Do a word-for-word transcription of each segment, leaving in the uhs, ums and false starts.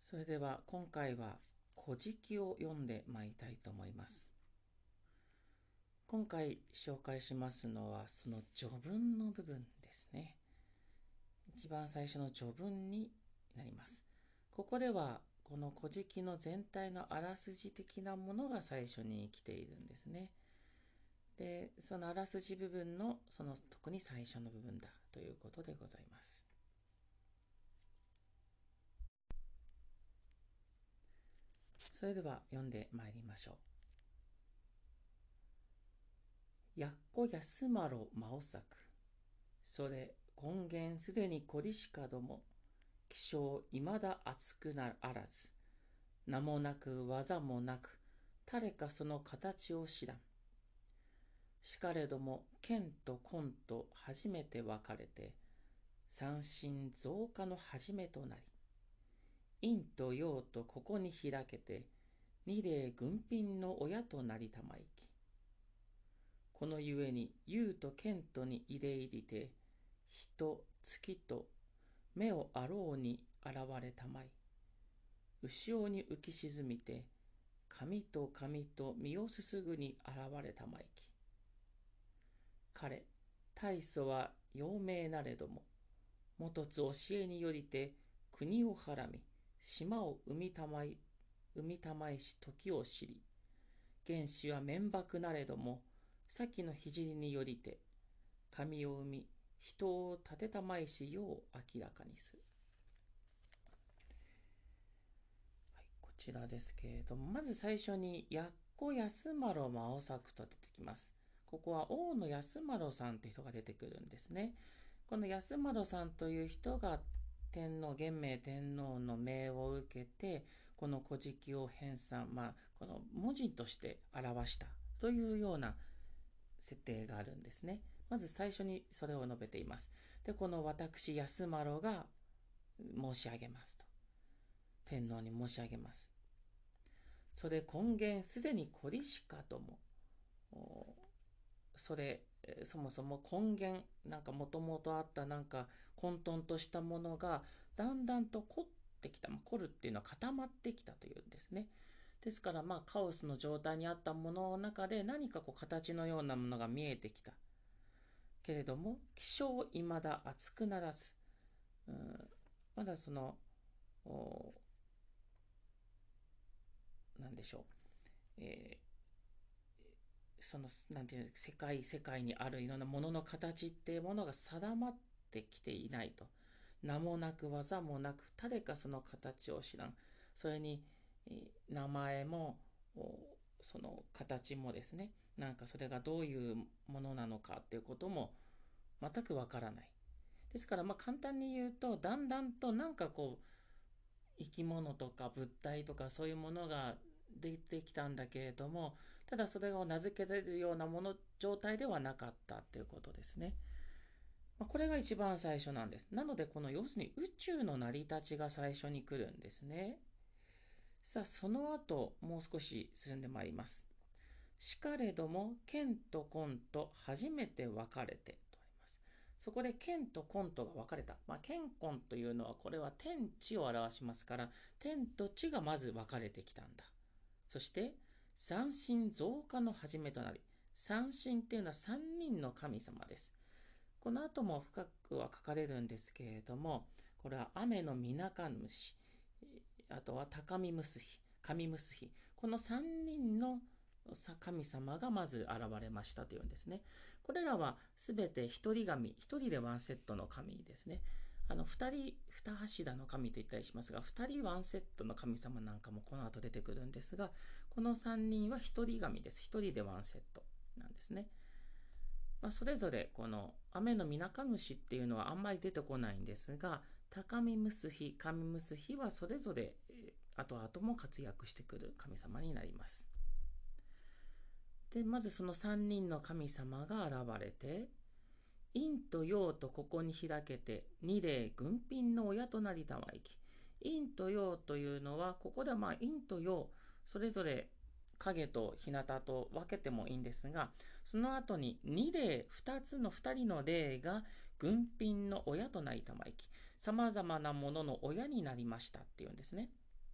それでは今回は古事記を読んでまいりたいと思います。今回紹介しますのはその序文の部分ですね。一番最初の序文になります。ここではこの古事記の全体のあらすじ的なものが最初に来ているんですね。で、そのあらすじ部分のその特に最初の部分だということでございます。それでは読んでまいりましょう。やっこ安丸真作。それ根源すでにこりしかども、気象いまだ厚くなあらず、名もなく技もなく、誰かその形を知らん。しかれども剣と根と初めて分かれて、三神増加の始めとなり、陰と陽とここに開けて、二霊軍品の親となりたまいき。このゆえに幽と剣とに入れ入りて、人、月と目をあろうに現れたまい。後ろに浮き沈みて、髪と髪と身をすすぐに現れたまいき。彼、大祖は陽明なれども、もとつ教えによりて国をはらみ、島を生みたまい、生みたまいし時を知り、原始は綿縛なれども、先の聖によりて、神を生み、人を立てたまいしよう明らかにする。はい、こちらですけれども、まず最初に、やっこ安丸真作と出てきます。ここは大野安丸さんという人が出てくるんですね。この安丸さんという人が天皇、元明天皇の命を受けて、この古事記を編纂、まあ、この文字として表したというような設定があるんですね。まず最初にそれを述べています。で、この私安丸が申し上げますと。天皇に申し上げます。それ根源すでにこりしかとも。それ、そもそも根源、なんかもともとあったなんか混沌としたものがだんだんと凝ってきた。まあ、凝るっていうのは固まってきたというんですね。ですからまあカオスの状態にあったものの中で何かこう形のようなものが見えてきた。けれども気象いまだ熱くならず、うん、まだそのなんでしょう、えー、そのなんていう世界世界にあるいろんなものの形っていうものが定まってきていないと。名もなく技もなく誰かその形を知らん。それに、えー、名前もその形もですね、なんかそれがどういうものなのかっていうことも全くわからない。ですからまあ簡単に言うと、だんだんとなんかこう生き物とか物体とかそういうものが出てきたんだけれども、ただそれを名付けられるようなもの状態ではなかったということですね。まあ、これが一番最初なんです。なのでこの要するに宇宙の成り立ちが最初に来るんですね。さあその後もう少し進んでまいります。しかれども剣と根と初めて分かれてとあります。そこで剣と根とが分かれた。まあ、剣根というのはこれは天地を表しますから、天と地がまず分かれてきたんだ。そして三神増加の始めとなり、三神っていうのは三人の神様です。この後も深くは書かれるんですけれども、これは雨のみなか主、あとは高見結日、神結日、この三人の神様がまず現れましたというんですね。これらはすべて一人神、一人でワンセットの神ですね。あの、二人、二柱の神と言ったりしますが、二人ワンセットの神様なんかもこの後出てくるんですが、この三人は一人神です。一人でワンセットなんですね。まあ、それぞれこの雨のみなか主っていうのはあんまり出てこないんですが、高見結日、神結日はそれぞれ後々も活躍してくる神様になります。で、まずそのさんにんの神様が現れて、陰と陽とここに開けて二霊軍品の親となりたまいき。陰と陽というのは、ここではまあ陰と陽、それぞれ影と日向と分けてもいいんですが、その後に二霊、二つの二人の霊が軍品の親となりたまいき。様々なものの親になりましたっていうんですね。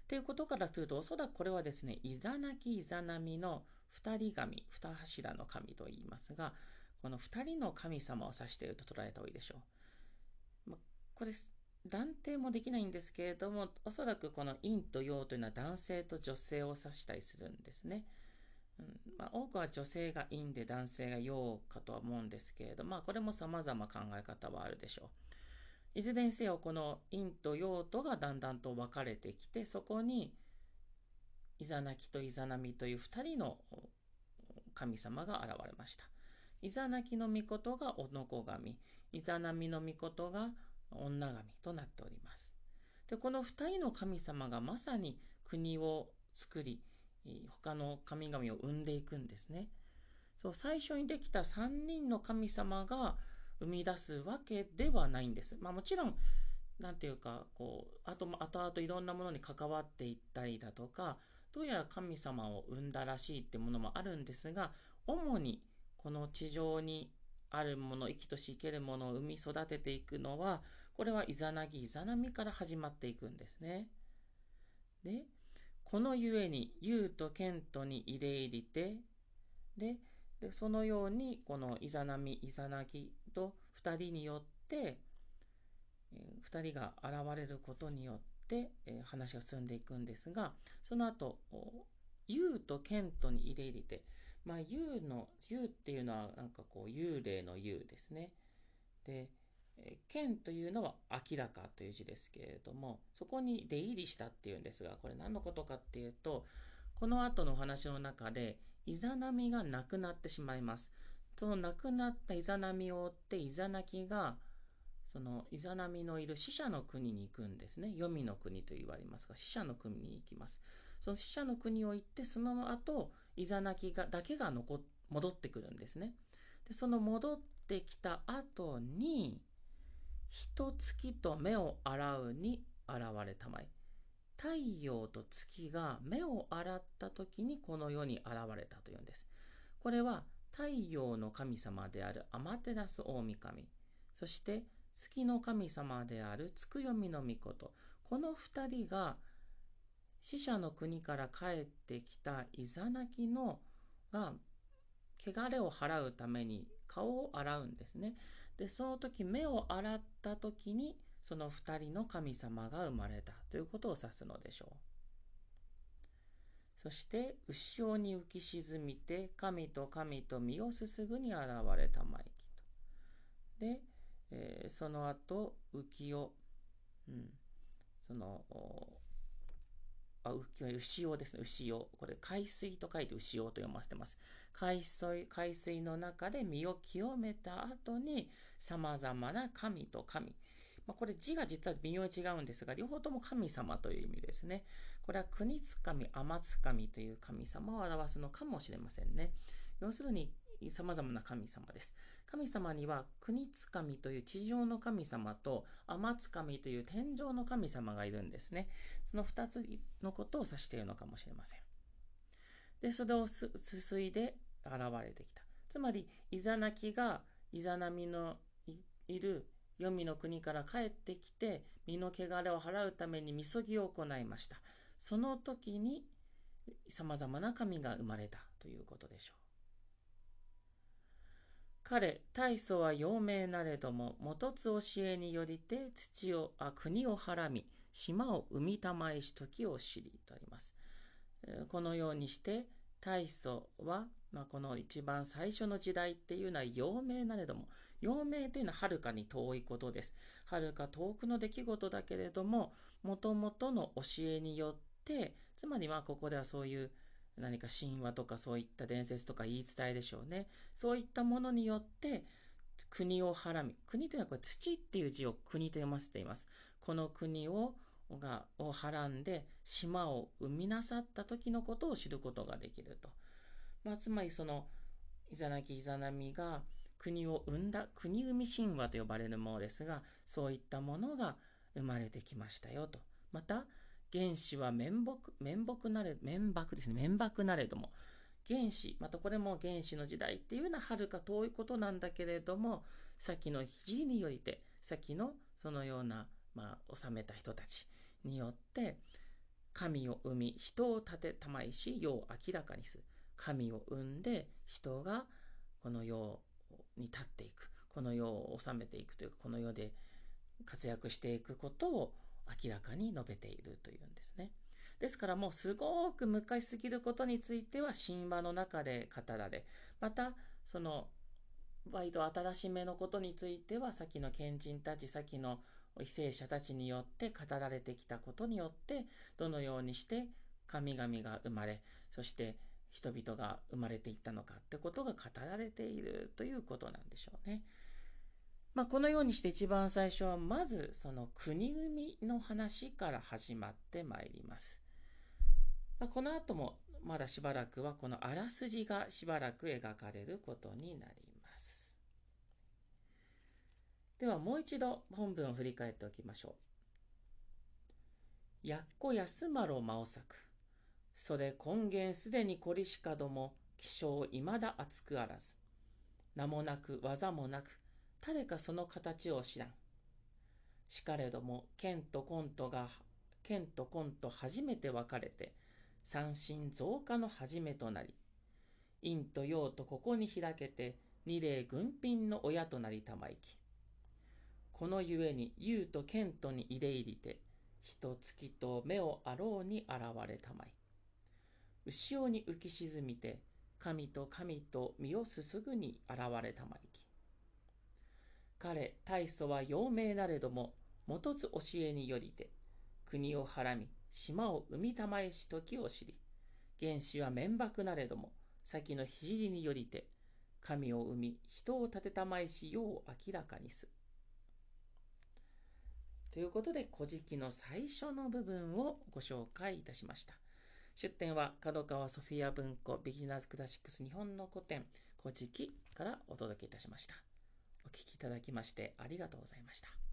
ということからすると、おそらくこれはですね、イザナキイザナミの二人神、二柱の神と言いますが、この二人の神様を指していると捉えた方がいいでしょう。まあ、これ、断定もできないんですけれども、おそらくこの陰と陽というのは男性と女性を指したりするんですね。うんまあ、多くは女性が陰で男性が陽かとは思うんですけれど、まあ、これも様々考え方はあるでしょう。いずれにせよ、この陰と陽とがだんだんと分かれてきて、そこにイザナキとイザナミという二人の神様が現れました。イザナキの御事が男神、イザナミの御事が女神となっております。で、この二人の神様がまさに国を作り、他の神々を生んでいくんですね。そう、最初にできた三人の神様が生み出すわけではないんです。まあもちろん、なんていうか、こう、あと、後々いろんなものに関わっていったりだとか、どうやら神様を生んだらしいってものもあるんですが、主にこの地上にあるもの、生きとし生けるものを生み育てていくのは、これはイザナギ、イザナミから始まっていくんですね。で、このゆえに、ユウとケントに入れ入りて、で、でそのように、このイザナミ、イザナギと二人によって、二人が現れることによって、えー、話が進んでいくんですが、その後、ユウとケントに入れ入れて、まあ、ユウの、ユウっていうのはなんかこう、幽霊のユウですね。で、えー、ケンというのは明らかという字ですけれども、そこに出入りしたっていうんですが、これ何のことかっていうと、この後のお話の中で、イザナミが亡くなってしまいます。その亡くなったイザナミを追って、イザナキが、そのイザナミのいる死者の国に行くんですね。黄泉の国と言われますが、死者の国に行きます。その死者の国を行って、その後、イザナキがだけが残戻ってくるんですね。で、その戻ってきた後に、一月と目を洗うに現れたまえ。太陽と月が目を洗った時にこの世に現れたというんです。これは太陽の神様であるアマテラス大神、そして月の神様であるつくよみの御事、この二人が死者の国から帰ってきたイザナキのが汚れを払うために顔を洗うんですね。で、その時目を洗った時にその二人の神様が生まれたということを指すのでしょう。そして牛尾に浮き沈みて神と神と身をすすぐに現れたまえきと。で、えー、その後浮世、うん、そのあ浮世牛尾ですね、牛尾、これ海水と書いて牛尾と読ませてます。海水海水の中で身を清めた後にさまざまな神と神、まあ、これ字が実は微妙に違うんですが、両方とも神様という意味ですね。これは国つかみ、天つかみという神様を表すのかもしれませんね。要するに様々な神様です。神様には国つかみという地上の神様と天つかみという天上の神様がいるんですね。その二つのことを指しているのかもしれません。で、それをすすいで現れてきた。つまり、イザナキがイザナミの い, いる黄泉の国から帰ってきて、身の汚れを払うためにみそぎを行いました。その時に、様々な神が生まれたということでしょう。彼、大祖は陽明なれども、元つ教えによりて土を、あ、国をはらみ、島を生みたまえし時を知りとあります。このようにして、大祖は、まあ、この一番最初の時代っていうのは陽明なれども、陽明というのは遥かに遠いことです。遥か遠くの出来事だけれども、もともとの教えによって、つまりまあここではそういう何か神話とかそういった伝説とか言い伝えでしょうね。そういったものによって国をはらみ、国というのはこれ土っていう字を国と読ませています。この国をがをはらんで島を生みなさった時のことを知ることができると。まあ、つまりそのイザナキイザナミが国を生んだ国生み神話と呼ばれるものですが、そういったものが生まれてきましたよと。また原始は綿木、綿木なれ、綿木ですね。綿木なれども。原始、またこれも原始の時代っていうのは遥か遠いことなんだけれども、先の肘によりて、先のそのような、まあ、治めた人たちによって、 神を生み、人を立てたまいし、世を明らかにする。神を生んで、人がこの世に立っていく。この世を治めていくというか、この世で活躍していくことを明らかに述べているというんですね。ですからもうすごく昔すぎることについては神話の中で語られ、またその割と新しめのことについては、先の賢人たち、先の為政者たちによって語られてきたことによって、どのようにして神々が生まれ、そして人々が生まれていったのかってことが語られているということなんでしょうね。まあ、このようにして一番最初はまずその国生みの話から始まってまいります。まあ、この後もまだしばらくはこのあらすじがしばらく描かれることになります。ではもう一度本文を振り返っておきましょう。やっこ安丸間を咲く。それ根源すでにこりしかども、気性いまだ厚くあらず。名もなく技もなく、誰かその形を知らん。しかれども、剣と根とが、剣と根と初めて分かれて、三神増加の始めとなり、陰と陽とここに開けて、二霊軍品の親となりたまいき。このゆえに、幽と剣とに入れ入りて、人月と目をあろうに現れたまい。後ろに浮き沈みて、神と神と身をすすぐに現れたまいき。彼、大祖は陽明なれども、元ず教えによりて、国をはらみ、島を生みたまえし時を知り、原始は綿漠なれども、先の聖によりて、神を生み、人を立てたまえし世を明らかにす。ということで、古事記の最初の部分をご紹介いたしました。出典は角川ソフィア文庫ビギナーズクラシックス日本の古典古事記からお届けいたしました。お聞きいただきましてありがとうございました。